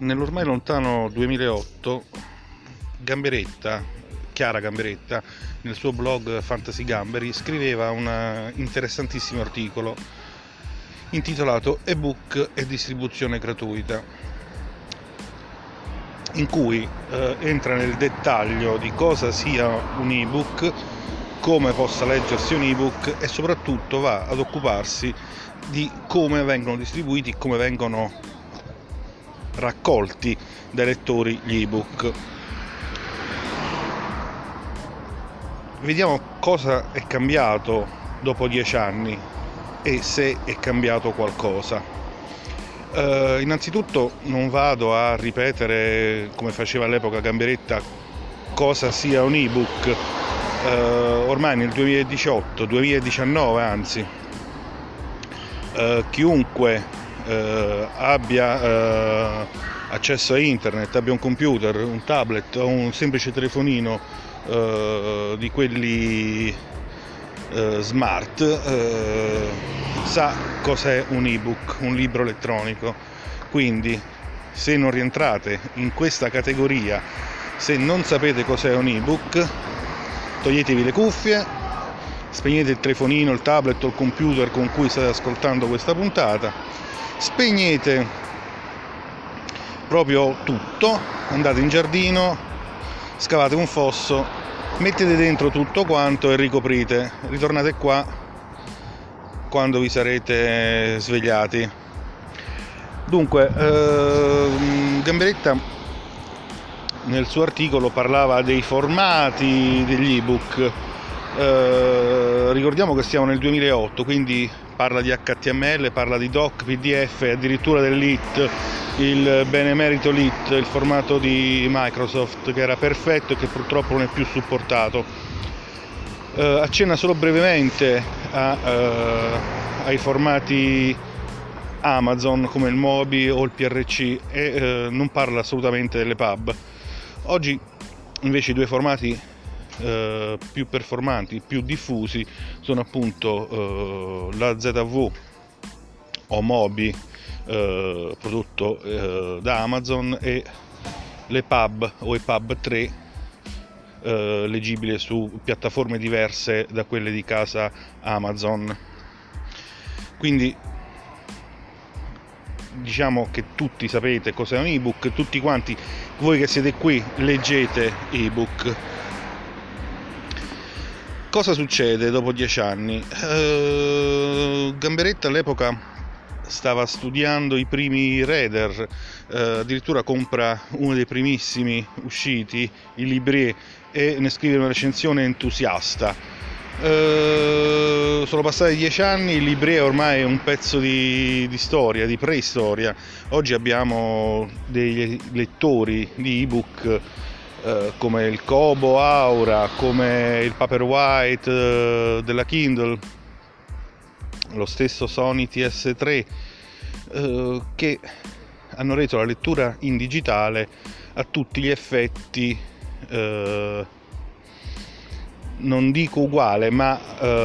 Nell'ormai lontano 2008, Chiara Gamberetta, nel suo blog Fantasy Gamberi, scriveva un interessantissimo articolo intitolato Ebook e distribuzione gratuita, in cui entra nel dettaglio di cosa sia un ebook, come possa leggersi un ebook e soprattutto va ad occuparsi di come vengono distribuiti, come vengono raccolti dai lettori gli ebook. Vediamo cosa è cambiato dopo 10 anni e se è cambiato qualcosa. Innanzitutto non vado a ripetere, come faceva all'epoca Gamberetta, cosa sia un ebook. Ormai nel 2019 anzi, chiunque abbia accesso a internet, abbia un computer, un tablet o un semplice telefonino di quelli smart, sa cos'è un ebook, un libro elettronico. Quindi se non rientrate in questa categoria, se non sapete cos'è un ebook, toglietevi le cuffie, spegnete il telefonino, il tablet o il computer con cui state ascoltando questa puntata, spegnete proprio tutto, andate in giardino, scavate un fosso, mettete dentro tutto quanto e ricoprite. Ritornate qua quando vi sarete svegliati. Dunque, Gamberetta nel suo articolo parlava dei formati degli ebook. Ricordiamo che siamo nel 2008, quindi parla di HTML, parla di doc, PDF, addirittura del LIT, il benemerito LIT, il formato di Microsoft che era perfetto e che purtroppo non è più supportato. Accenna solo brevemente ai formati Amazon come il Mobi o il PRC e non parla assolutamente delle pub. Oggi invece i due formati più performanti, più diffusi sono appunto la ZV o Mobi prodotto da Amazon e le pub o EPUB 3 leggibile su piattaforme diverse da quelle di casa Amazon. Quindi diciamo che tutti sapete cos'è un ebook, tutti quanti voi che siete qui leggete ebook. Cosa succede dopo 10 anni? Gamberetta all'epoca stava studiando i primi reader, addirittura compra uno dei primissimi usciti, il Libré, e ne scrive una recensione entusiasta. Sono passati 10 anni, il Libré ormai è un pezzo di storia, di preistoria. Oggi abbiamo dei lettori di ebook come il Kobo Aura, come il Paperwhite della Kindle, lo stesso Sony TS3, che hanno reso la lettura in digitale a tutti gli effetti, non dico uguale, ma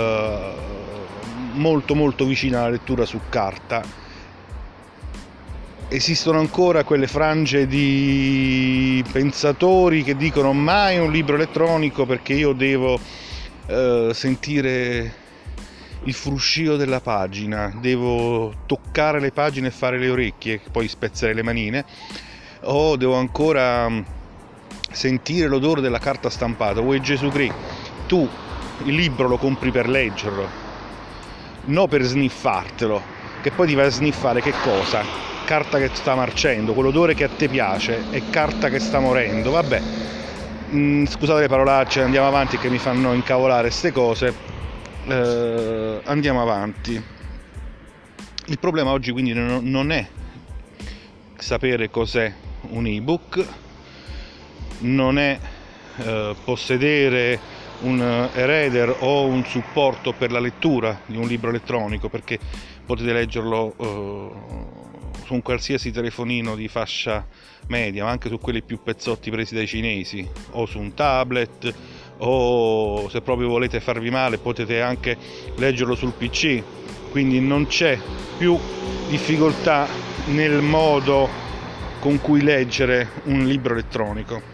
molto molto vicina alla lettura su carta. Esistono ancora quelle frange di pensatori che dicono mai un libro elettronico perché io devo sentire il fruscio della pagina, devo toccare le pagine e fare le orecchie, poi spezzare le manine, o devo ancora sentire l'odore della carta stampata. Vuoi Gesù Cristo, tu il libro lo compri per leggerlo, non per sniffartelo, che poi ti vai a sniffare che cosa? Carta che sta marcendo, quell'odore che a te piace è carta che sta morendo. Vabbè, scusate le parolacce, andiamo avanti che mi fanno incavolare ste cose. Andiamo avanti. Il problema oggi quindi non è sapere cos'è un ebook, non è possedere un e-reader o un supporto per la lettura di un libro elettronico, perché potete leggerlo su un qualsiasi telefonino di fascia media, ma anche su quelli più pezzotti presi dai cinesi, o su un tablet, o se proprio volete farvi male potete anche leggerlo sul PC. Quindi non c'è più difficoltà nel modo con cui leggere un libro elettronico.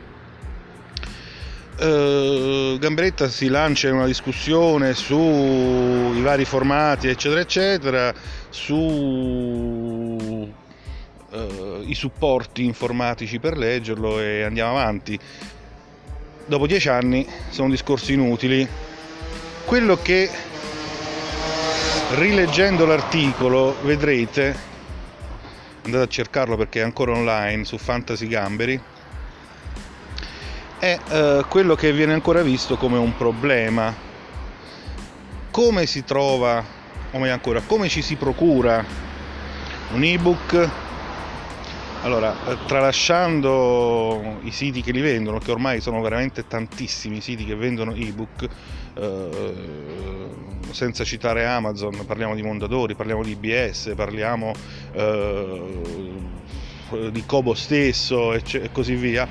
Gamberetta si lancia in una discussione sui vari formati eccetera eccetera, su i supporti informatici per leggerlo, e andiamo avanti. Dopo 10 anni sono discorsi inutili. Quello che, rileggendo l'articolo, vedrete, andate a cercarlo perché è ancora online su Fantasy Gamberi, è quello che viene ancora visto come un problema. Come si trova, o meglio ancora, come ci si procura un ebook? Allora, tralasciando i siti che li vendono, che ormai sono veramente tantissimi i siti che vendono ebook, senza citare Amazon, parliamo di Mondadori, parliamo di IBS, parliamo di Kobo stesso e così via.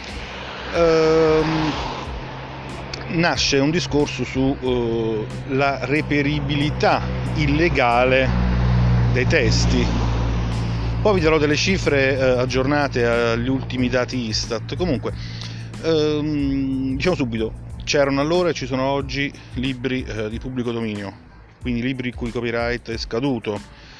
Nasce un discorso su la reperibilità illegale dei testi. Poi vi darò delle cifre aggiornate agli ultimi dati Istat. Comunque, diciamo subito, c'erano allora e ci sono oggi libri di pubblico dominio, quindi libri il cui copyright è scaduto,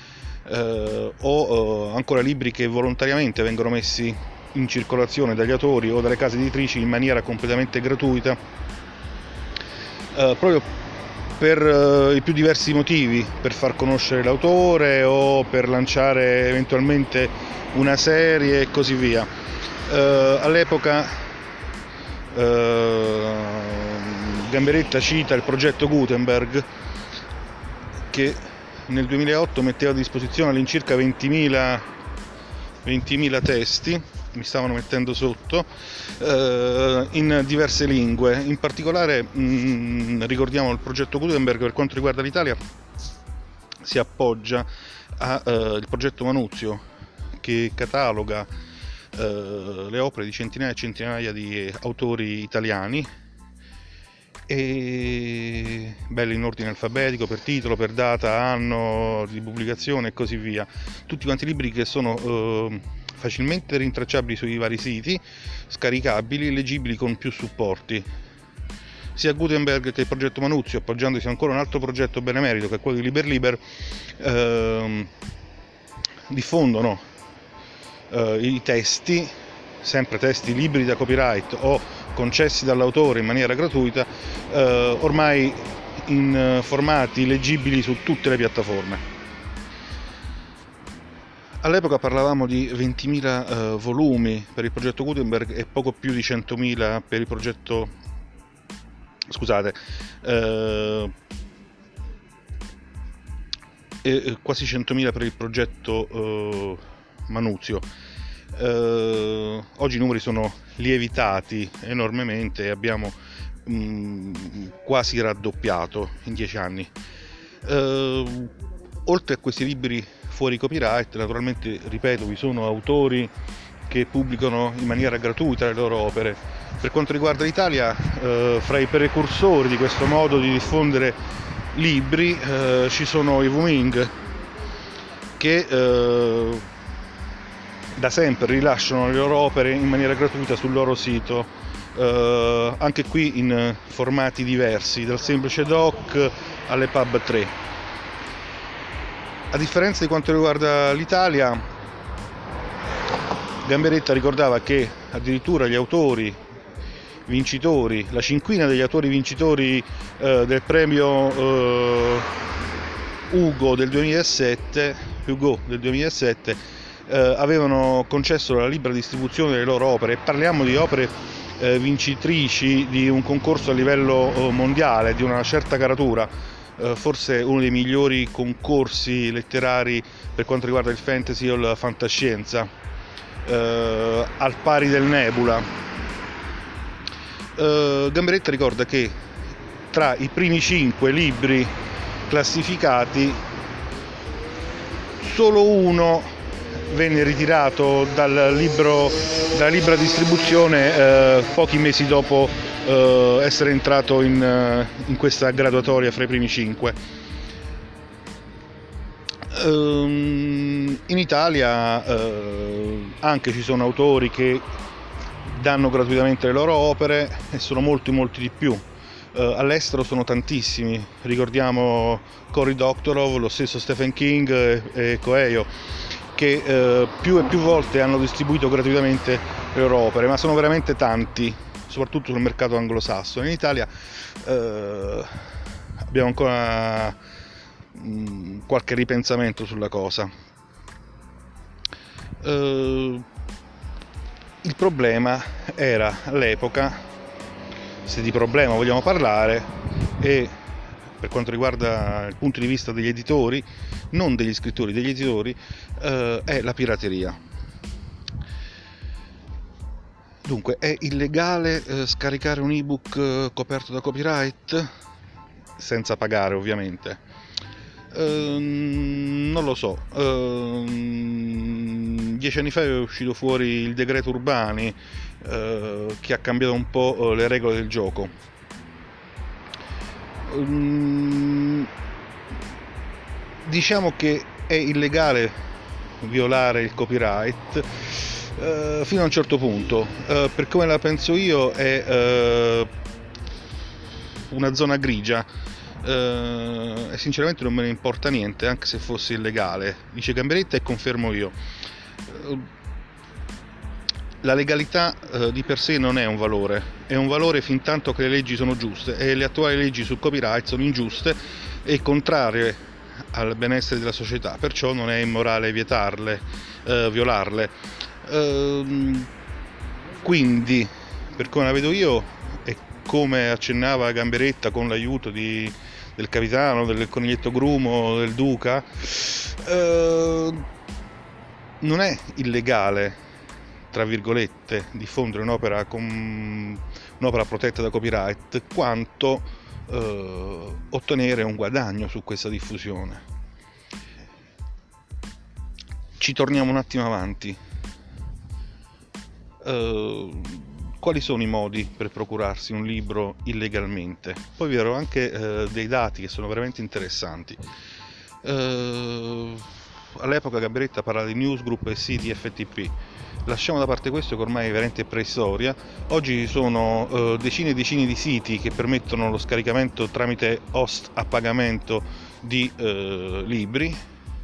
o ancora libri che volontariamente vengono messi in circolazione dagli autori o dalle case editrici in maniera completamente gratuita, proprio per i più diversi motivi, per far conoscere l'autore o per lanciare eventualmente una serie e così via. All'epoca Gamberetta cita il progetto Gutenberg, che nel 2008 metteva a disposizione all'incirca 20.000 testi, mi stavano mettendo sotto, in diverse lingue. In particolare ricordiamo il progetto Gutenberg, per quanto riguarda l'Italia, si appoggia al progetto Manuzio, che cataloga le opere di centinaia e centinaia di autori italiani, e belli in ordine alfabetico, per titolo, per data, anno di pubblicazione e così via. Tutti quanti libri che sono facilmente rintracciabili sui vari siti, scaricabili, leggibili con più supporti. Sia Gutenberg che il progetto Manuzio, appoggiandosi ancora a un altro progetto benemerito che è quello di Liber, diffondono i testi, sempre testi liberi da copyright o concessi dall'autore in maniera gratuita, ormai in formati leggibili su tutte le piattaforme. All'epoca parlavamo di 20.000 volumi per il progetto Gutenberg e poco più di 100.000 per il progetto, scusate, quasi 100.000 per il progetto Manuzio. Oggi i numeri sono lievitati enormemente e abbiamo quasi raddoppiato in 10 anni. Oltre a questi libri fuori copyright, naturalmente, ripeto, vi sono autori che pubblicano in maniera gratuita le loro opere. Per quanto riguarda l'Italia, fra i precursori di questo modo di diffondere libri ci sono i Wuming, che da sempre rilasciano le loro opere in maniera gratuita sul loro sito, anche qui in formati diversi, dal semplice doc alle pub 3. A differenza di quanto riguarda l'Italia, Gamberetta ricordava che addirittura gli autori vincitori, la cinquina degli autori vincitori del premio Hugo del 2007, avevano concesso la libera distribuzione delle loro opere. Parliamo di opere vincitrici di un concorso a livello mondiale, di una certa caratura, forse uno dei migliori concorsi letterari per quanto riguarda il fantasy o la fantascienza, al pari del Nebula. Gamberetta ricorda che tra i primi 5 libri classificati solo uno venne ritirato dalla libera distribuzione pochi mesi dopo essere entrato in questa graduatoria fra i primi 5. In Italia anche ci sono autori che danno gratuitamente le loro opere e sono molti di più. All'estero sono tantissimi, ricordiamo Cory Doctorow, lo stesso Stephen King e Coelho, che più e più volte hanno distribuito gratuitamente le loro opere, ma sono veramente tanti, soprattutto sul mercato anglosassone. In Italia abbiamo ancora qualche ripensamento sulla cosa. Il problema era all'epoca, se di problema vogliamo parlare, e per quanto riguarda il punto di vista degli editori, non degli scrittori, degli editori, è la pirateria. Dunque, è illegale scaricare un ebook coperto da copyright senza pagare, ovviamente. Non lo so. 10 anni fa è uscito fuori il decreto Urbani, che ha cambiato un po' le regole del gioco. Diciamo che è illegale violare il copyright fino a un certo punto. Per come la penso io è una zona grigia, e sinceramente non me ne importa niente, anche se fosse illegale. Dice Gamberetta e confermo io. La legalità di per sé non è un valore fin tanto che le leggi sono giuste, e le attuali leggi sul copyright sono ingiuste e contrarie al benessere della società, perciò non è immorale vietarle, violarle. Quindi, per come la vedo io, e come accennava Gamberetta con l'aiuto del capitano, del coniglietto Grumo, del duca, non è illegale, tra virgolette, diffondere un'opera protetta da copyright, quanto ottenere un guadagno su questa diffusione. Ci torniamo un attimo avanti. Quali sono i modi per procurarsi un libro illegalmente? Poi vi darò anche dei dati che sono veramente interessanti. All'epoca Gamberetta parlava di newsgroup e siti FTP. Lasciamo da parte questo, che ormai è veramente preistoria. Oggi ci sono decine e decine di siti che permettono lo scaricamento tramite host a pagamento di libri,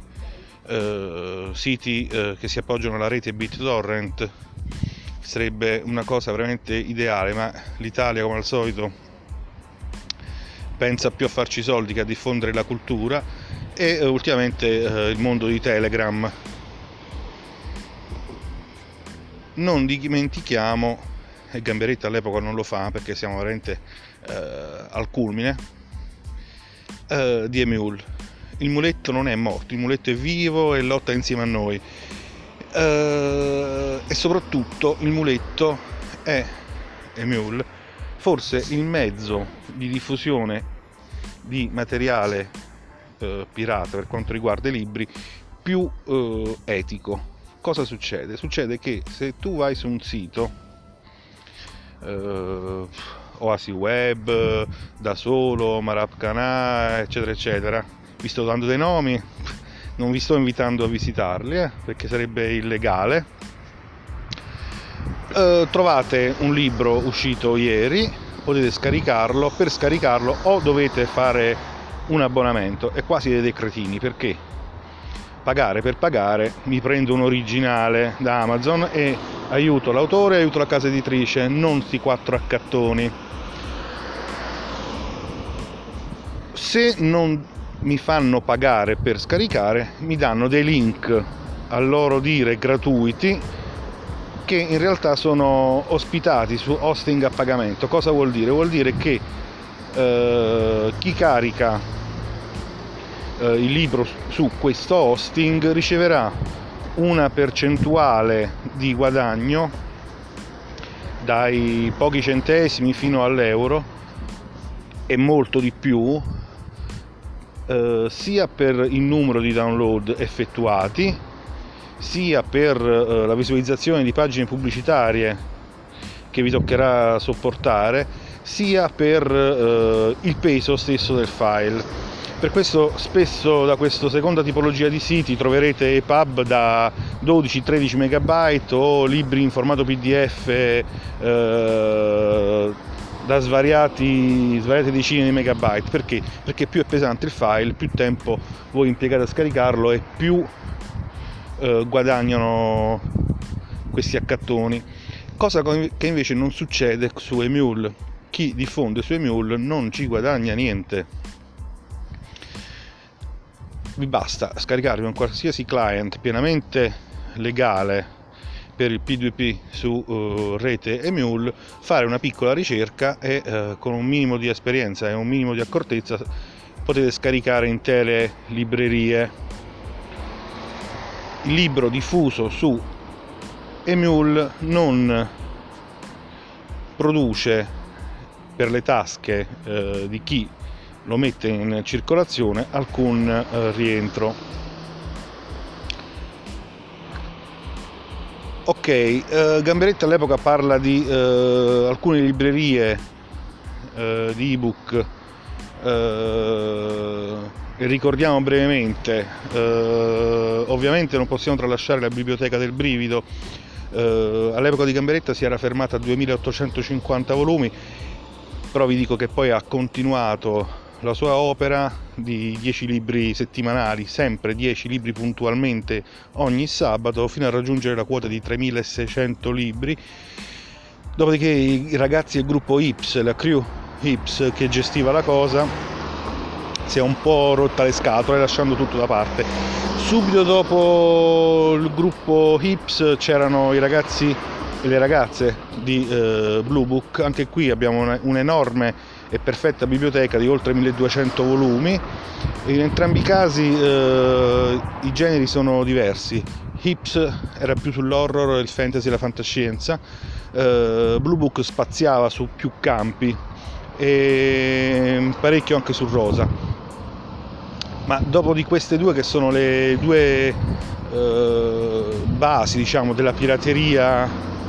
siti che si appoggiano alla rete BitTorrent. Sarebbe una cosa veramente ideale, ma l'Italia, come al solito, pensa più a farci soldi che a diffondere la cultura. E ultimamente il mondo di Telegram. Non dimentichiamo, e Gamberetta all'epoca non lo fa perché siamo veramente al culmine, di Emule. Il muletto non è morto, il muletto è vivo e lotta insieme a noi. E soprattutto il muletto è, Emule, forse il mezzo di diffusione di materiale pirata per quanto riguarda i libri più etico. Cosa succede? Succede che se tu vai su un sito, Oasi Web, Da Solo, Marapcana, eccetera eccetera, vi sto dando dei nomi, non vi sto invitando a visitarli perché sarebbe illegale. Trovate un libro uscito ieri, potete scaricarlo. Per scaricarlo o dovete fare un abbonamento, e qua siete dei cretini, perché pagare per pagare. Mi prendo un originale da Amazon e aiuto l'autore, aiuto la casa editrice, non sti 4 accattoni. Se non mi fanno pagare per scaricare, mi danno dei link, a loro dire gratuiti, che in realtà sono ospitati su hosting a pagamento. Cosa vuol dire? Vuol dire che chi carica il libro su questo hosting riceverà una percentuale di guadagno dai pochi centesimi fino all'euro e molto di più, sia per il numero di download effettuati, sia per la visualizzazione di pagine pubblicitarie che vi toccherà sopportare, sia per il peso stesso del file. Per questo spesso da questa seconda tipologia di siti troverete EPUB da 12-13 MB o libri in formato PDF da svariate decine di megabyte. Perché? Perché più è pesante il file, più tempo voi impiegate a scaricarlo e più guadagnano questi accattoni. Cosa che invece non succede su Emule. Chi diffonde su Emule non ci guadagna niente. Vi basta scaricarvi un qualsiasi client pienamente legale per il P2P su rete Emule, fare una piccola ricerca e con un minimo di esperienza e un minimo di accortezza potete scaricare intere librerie. Il libro diffuso su Emule non produce per le tasche di chi lo mette in circolazione alcun rientro. Ok, Gamberetti all'epoca parla di alcune librerie di ebook, ricordiamo brevemente. Ovviamente non possiamo tralasciare la biblioteca del Brivido. All'epoca di Gamberetta si era fermata a 2850 volumi, però vi dico che poi ha continuato la sua opera di 10 libri settimanali, sempre 10 libri puntualmente ogni sabato, fino a raggiungere la quota di 3600 libri. Dopodiché i ragazzi del gruppo Ips, la crew Ips che gestiva la cosa, si è un po' rotta le scatole lasciando tutto da parte. Subito dopo il gruppo Ips c'erano i ragazzi e le ragazze di Bluebook. Anche qui abbiamo un'enorme e perfetta biblioteca di oltre 1200 volumi. In entrambi i casi i generi sono diversi. Ips era più sull'horror, il fantasy e la fantascienza. Bluebook spaziava su più campi e parecchio anche sul rosa. Ma dopo di queste due, che sono le due basi, diciamo, della pirateria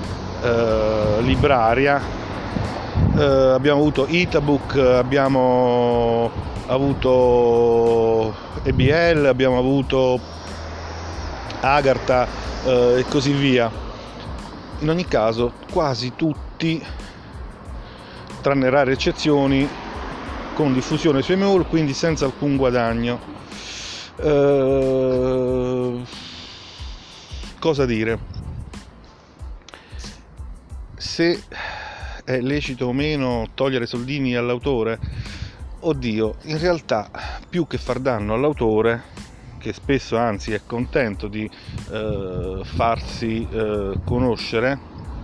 libraria, abbiamo avuto Itabook, abbiamo avuto EBL, abbiamo avuto Agartha e così via. In ogni caso quasi tutti, tranne rare eccezioni, con diffusione su Emule, quindi senza alcun guadagno. Cosa dire? Se è lecito o meno togliere soldini all'autore? Oddio, in realtà più che far danno all'autore, che spesso anzi è contento di farsi conoscere,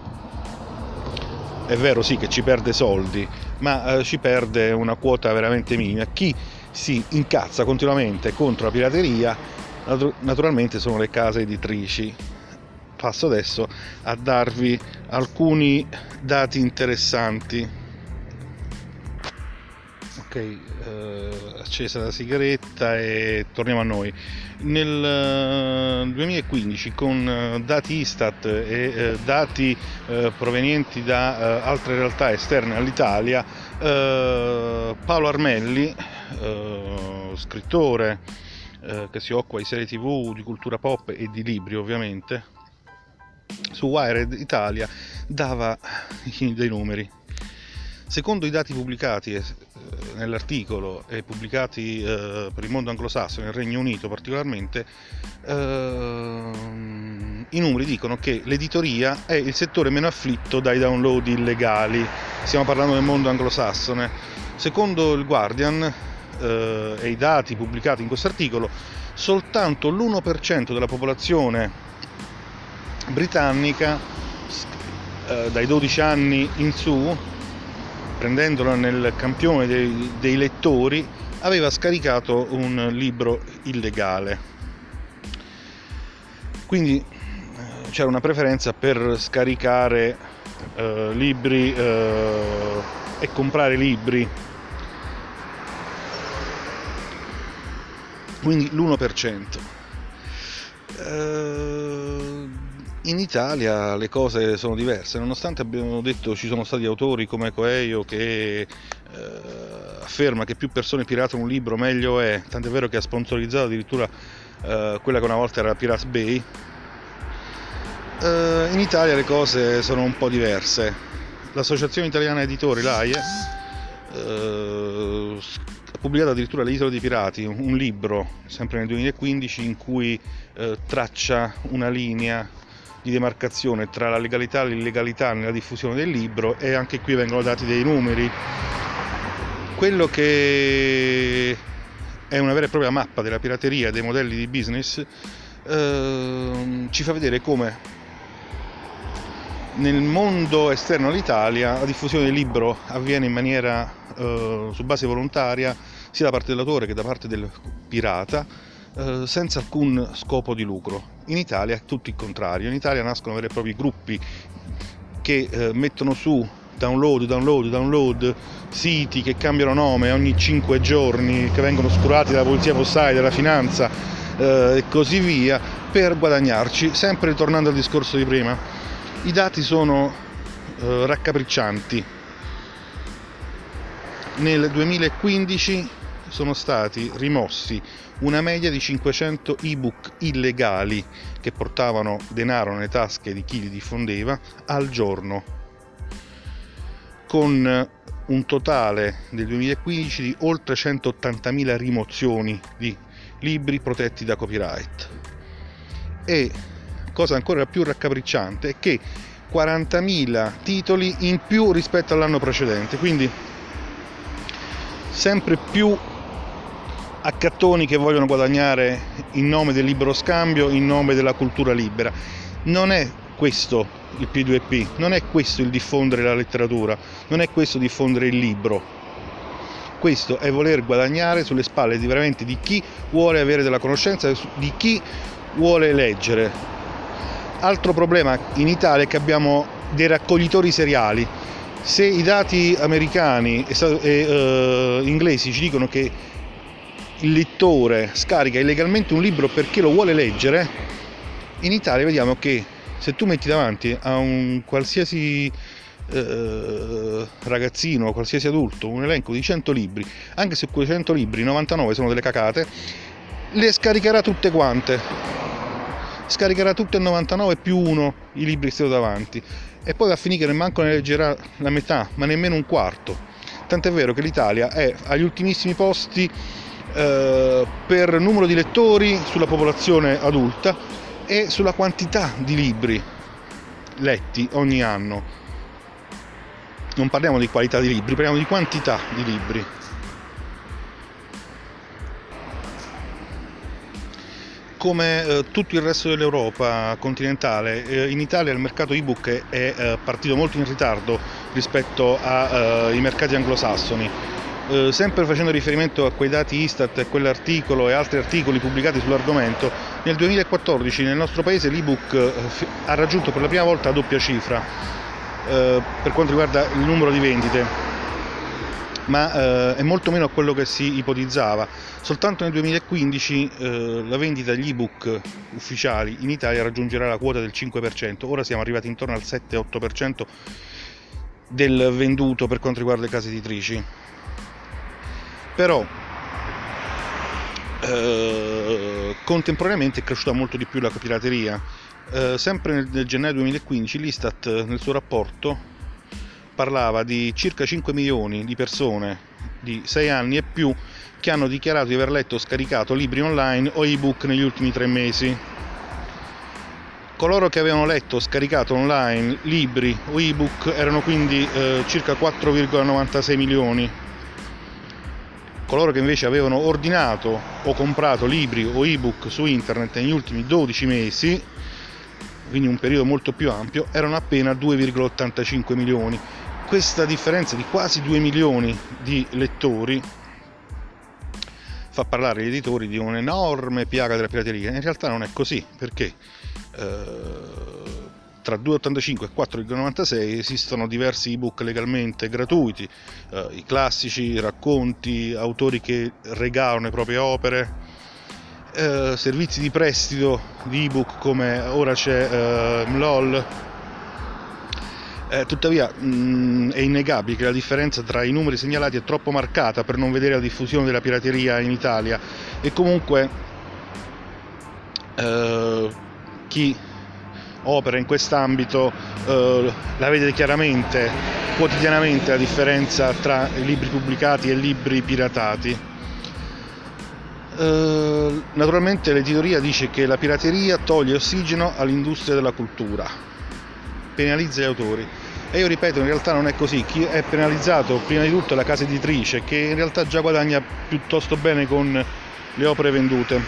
è vero sì che ci perde soldi, ma ci perde una quota veramente minima. Chi si incazza continuamente contro la pirateria naturalmente sono le case editrici. Passo adesso a darvi alcuni dati interessanti. Ok, accesa la sigaretta e torniamo a noi. Nel 2015, con dati Istat e dati provenienti da altre realtà esterne all'Italia, Paolo Armelli, scrittore che si occupa di serie TV, di cultura pop e di libri ovviamente, su Wired Italia dava dei numeri. Secondo i dati pubblicati nell'articolo e pubblicati per il mondo anglosassone, nel Regno Unito particolarmente, i numeri dicono che l'editoria è il settore meno afflitto dai download illegali. Stiamo parlando del mondo anglosassone. Secondo il Guardian e i dati pubblicati in questo articolo, soltanto l'1% della popolazione britannica dai 12 anni in su, prendendolo nel campione dei lettori, aveva scaricato un libro illegale. Quindi c'era una preferenza per scaricare libri e comprare libri. Quindi l'1%. In Italia le cose sono diverse, nonostante abbiamo detto ci sono stati autori come Coelho che afferma che più persone piratano un libro meglio è, tant'è vero che ha sponsorizzato addirittura quella che una volta era Pirate Bay. In Italia le cose sono un po' diverse. L'Associazione Italiana Editori, l'AIE, ha pubblicato addirittura Le Isole dei Pirati, un libro, sempre nel 2015, in cui traccia una linea di demarcazione tra la legalità e l'illegalità nella diffusione del libro, e anche qui vengono dati dei numeri. Quello che è una vera e propria mappa della pirateria, dei modelli di business, ci fa vedere come nel mondo esterno all'Italia la diffusione del libro avviene in maniera su base volontaria, sia da parte dell'autore che da parte del pirata, senza alcun scopo di lucro. In Italia è tutto il contrario. In Italia nascono veri e propri gruppi che mettono su download, siti che cambiano nome ogni 5 giorni, che vengono oscurati dalla polizia postale, dalla finanza e così via, per guadagnarci. Sempre ritornando al discorso di prima, i dati sono raccapriccianti. Nel 2015 sono stati rimossi una media di 500 ebook illegali che portavano denaro nelle tasche di chi li diffondeva al giorno, con un totale del 2015 di oltre 180.000 rimozioni di libri protetti da copyright. E cosa ancora più raccapricciante è che 40.000 titoli in più rispetto all'anno precedente, quindi sempre più accattoni che vogliono guadagnare in nome del libero scambio, in nome della cultura libera. Non è questo il P2P, non è questo il diffondere la letteratura, non è questo diffondere il libro. Questo è voler guadagnare sulle spalle veramente di chi vuole avere della conoscenza, di chi vuole leggere. Altro problema in Italia è che abbiamo dei raccoglitori seriali. Se i dati americani e inglesi ci dicono che il lettore scarica illegalmente un libro perché lo vuole leggere, in Italia vediamo che se tu metti davanti a un qualsiasi ragazzino, qualsiasi adulto, un elenco di 100 libri, anche se quei 100 libri 99 sono delle cacate, le scaricherà tutte quante, scaricherà tutte 99 più 1 i libri che stanno davanti, e poi va a finire che manco ne leggerà la metà, ma nemmeno un quarto. Tant'è vero che l'Italia è agli ultimissimi posti per numero di lettori sulla popolazione adulta e sulla quantità di libri letti ogni anno. Non parliamo di qualità di libri, parliamo di quantità di libri. Come tutto il resto dell'Europa continentale, in Italia il mercato ebook è partito molto in ritardo rispetto ai mercati anglosassoni. Sempre facendo riferimento a quei dati Istat e quell'articolo e altri articoli pubblicati sull'argomento, nel 2014 nel nostro paese l'ebook ha raggiunto per la prima volta la doppia cifra per quanto riguarda il numero di vendite, ma è molto meno a quello che si ipotizzava. Soltanto nel 2015 la vendita degli ebook ufficiali in Italia raggiungerà la quota del 5%, ora siamo arrivati intorno al 7-8% del venduto per quanto riguarda le case editrici. Però contemporaneamente è cresciuta molto di più la pirateria. Sempre nel gennaio 2015 l'Istat nel suo rapporto parlava di circa 5 milioni di persone di 6 anni e più che hanno dichiarato di aver letto o scaricato libri online o ebook negli ultimi 3 mesi. Coloro che avevano letto o scaricato online libri o ebook erano quindi circa 4,96 milioni. Coloro che invece avevano ordinato o comprato libri o ebook su internet negli ultimi 12 mesi, quindi un periodo molto più ampio, erano appena 2,85 milioni. Questa differenza di quasi 2 milioni di lettori fa parlare gli editori di un'enorme piaga della pirateria. In realtà non è così, perché tra 2,85 e 4,96 esistono diversi ebook legalmente gratuiti, i classici, i racconti, autori che regalano le proprie opere, servizi di prestito di ebook come ora c'è MLOL. Tuttavia è innegabile che la differenza tra i numeri segnalati è troppo marcata per non vedere la diffusione della pirateria in Italia, e comunque chi opera in quest'ambito la vede chiaramente, quotidianamente, la differenza tra i libri pubblicati e i libri piratati. Naturalmente l'editoria dice che la pirateria toglie ossigeno all'industria della cultura, penalizza gli autori, e io ripeto, in realtà non è così. Chi è penalizzato prima di tutto è la casa editrice, che in realtà già guadagna piuttosto bene con le opere vendute.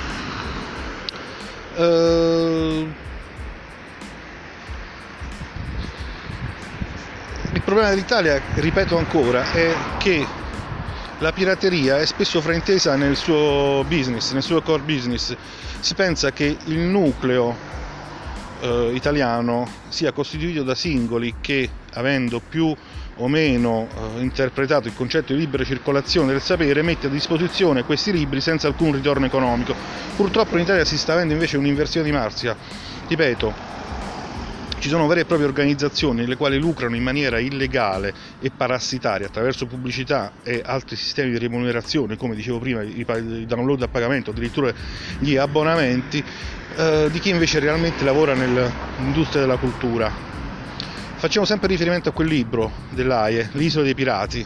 Il problema dell'Italia, ripeto ancora, è che la pirateria è spesso fraintesa nel suo business, nel suo core business. Si pensa che il nucleo italiano sia costituito da singoli che, avendo più o meno interpretato il concetto di libera circolazione del sapere, mette a disposizione questi libri senza alcun ritorno economico. Purtroppo in Italia si sta avendo invece un'inversione di marcia. Ripeto, ci sono vere e proprie organizzazioni le quali lucrano in maniera illegale e parassitaria attraverso pubblicità e altri sistemi di remunerazione, come dicevo prima, i download a pagamento, addirittura gli abbonamenti, di chi invece realmente lavora nell'industria della cultura. Facciamo sempre riferimento a quel libro dell'AIE, L'isola dei pirati.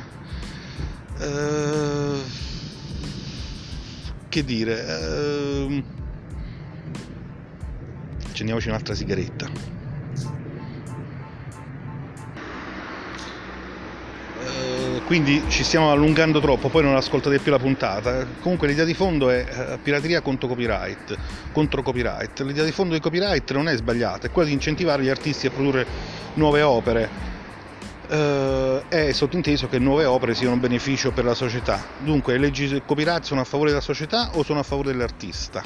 Che dire, accendiamoci un'altra sigaretta. Quindi ci stiamo allungando troppo, poi non ascoltate più la puntata. Comunque l'idea di fondo è pirateria contro copyright. L'idea di fondo di copyright non è sbagliata, è quella di incentivare gli artisti a produrre nuove opere. È sottinteso che nuove opere siano un beneficio per la società. Dunque le leggi del copyright sono a favore della società o sono a favore dell'artista?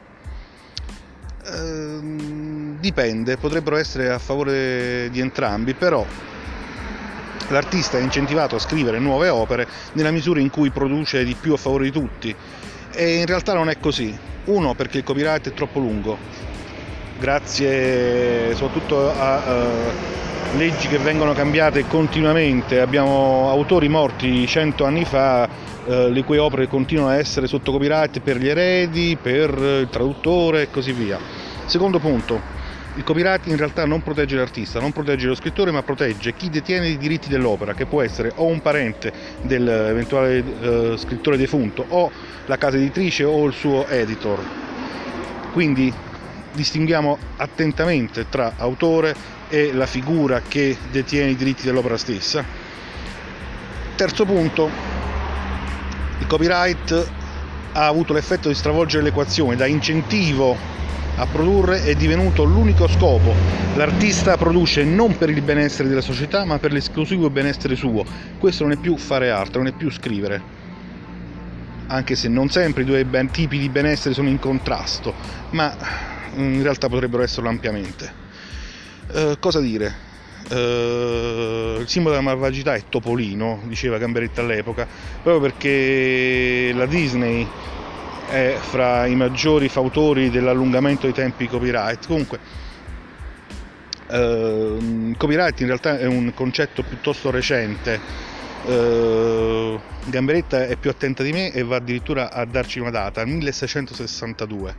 Dipende, potrebbero essere a favore di entrambi, però l'artista è incentivato a scrivere nuove opere nella misura in cui produce di più a favore di tutti, e in realtà non è così. Uno, perché il copyright è troppo lungo, grazie soprattutto a leggi che vengono cambiate continuamente. Abbiamo autori morti 100 anni fa, le cui opere continuano a essere sotto copyright per gli eredi, per il traduttore e così via. Secondo punto, il copyright in realtà non protegge l'artista, non protegge lo scrittore, ma protegge chi detiene i diritti dell'opera, che può essere o un parente dell'eventuale scrittore defunto, o la casa editrice o il suo editor. Quindi distinguiamo attentamente tra autore e la figura che detiene i diritti dell'opera stessa. Terzo punto, il copyright ha avuto l'effetto di stravolgere l'equazione. Da incentivo a produrre è divenuto l'unico scopo. L'artista produce non per il benessere della società, ma per l'esclusivo benessere suo. Questo non è più fare arte, non è più scrivere, anche se non sempre i due tipi di benessere sono in contrasto, ma in realtà potrebbero esserlo ampiamente. Cosa dire? Il simbolo della malvagità è Topolino, diceva Gamberetta all'epoca, proprio perché la Disney è fra i maggiori fautori dell'allungamento dei tempi copyright. Comunque copyright in realtà è un concetto piuttosto recente. Gamberetta è più attenta di me e va addirittura a darci una data, 1662.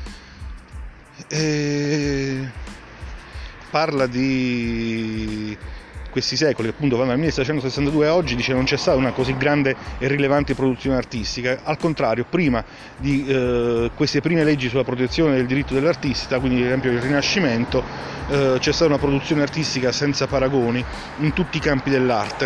Parla di questi secoli, appunto vanno dal 1662 a oggi. Dice non c'è stata una così grande e rilevante produzione artistica. Al contrario, prima di queste prime leggi sulla protezione del diritto dell'artista, quindi ad esempio il Rinascimento, c'è stata una produzione artistica senza paragoni in tutti i campi dell'arte.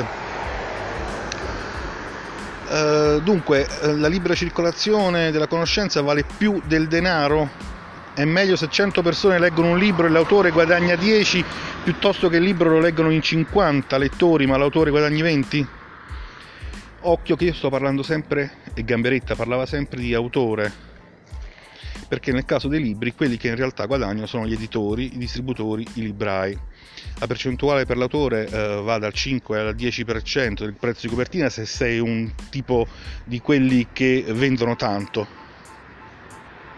Dunque la libera circolazione della conoscenza vale più del denaro? È meglio se 100 persone leggono un libro e l'autore guadagna 10 piuttosto che il libro lo leggono in 50 lettori ma l'autore guadagni 20? Occhio che io sto parlando sempre, e Gamberetta parlava sempre di autore, perché nel caso dei libri quelli che in realtà guadagnano sono gli editori, i distributori, i librai. La percentuale per l'autore va dal 5 al 10% del prezzo di copertina se sei un tipo di quelli che vendono tanto.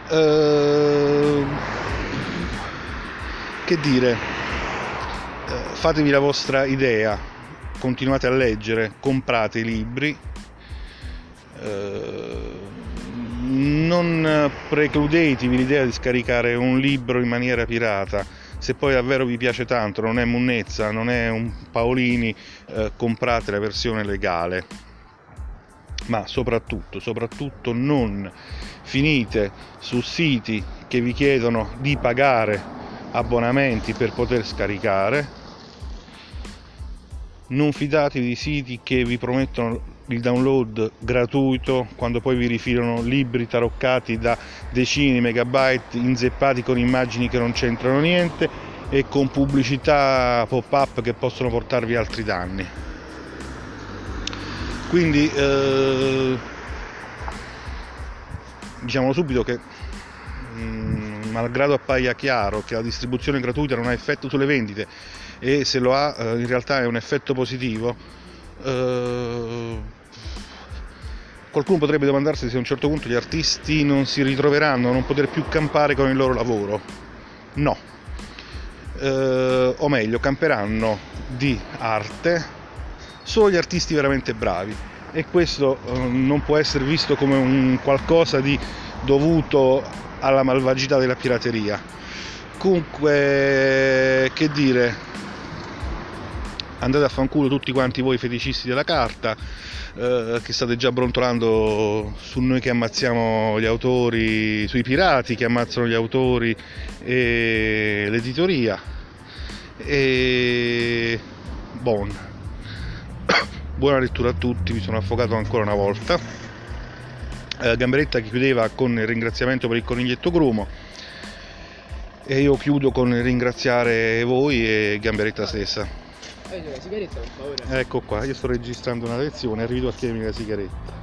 Che dire, fatevi la vostra idea, continuate a leggere, comprate i libri, non precludetevi l'idea di scaricare un libro in maniera pirata. Se poi davvero vi piace tanto, non è Munnezza, non è un Paolini, comprate la versione legale. Ma soprattutto non finite su siti che vi chiedono di pagare abbonamenti per poter scaricare. Non fidatevi di siti che vi promettono il download gratuito quando poi vi rifilano libri taroccati da decine di megabyte inzeppati con immagini che non c'entrano niente e con pubblicità pop-up che possono portarvi altri danni. Quindi diciamolo subito che malgrado appaia chiaro che la distribuzione gratuita non ha effetto sulle vendite, e se lo ha in realtà è un effetto positivo, qualcuno potrebbe domandarsi se a un certo punto gli artisti non si ritroveranno a non poter più campare con il loro lavoro. No, o meglio, camperanno di arte solo gli artisti veramente bravi, e questo non può essere visto come un qualcosa di dovuto alla malvagità della pirateria. Comunque, che dire, andate a fanculo tutti quanti voi feticisti della carta, che state già brontolando su noi che ammazziamo gli autori, sui pirati che ammazzano gli autori e l'editoria. E buona lettura a tutti, mi sono affogato ancora una volta. Gamberetta che chiudeva con il ringraziamento per il coniglietto grumo, e io chiudo con il ringraziare voi e Gamberetta stessa. La sigaretta, per favore. Ecco qua, io sto registrando una lezione, arrivo a chiedermi la sigaretta.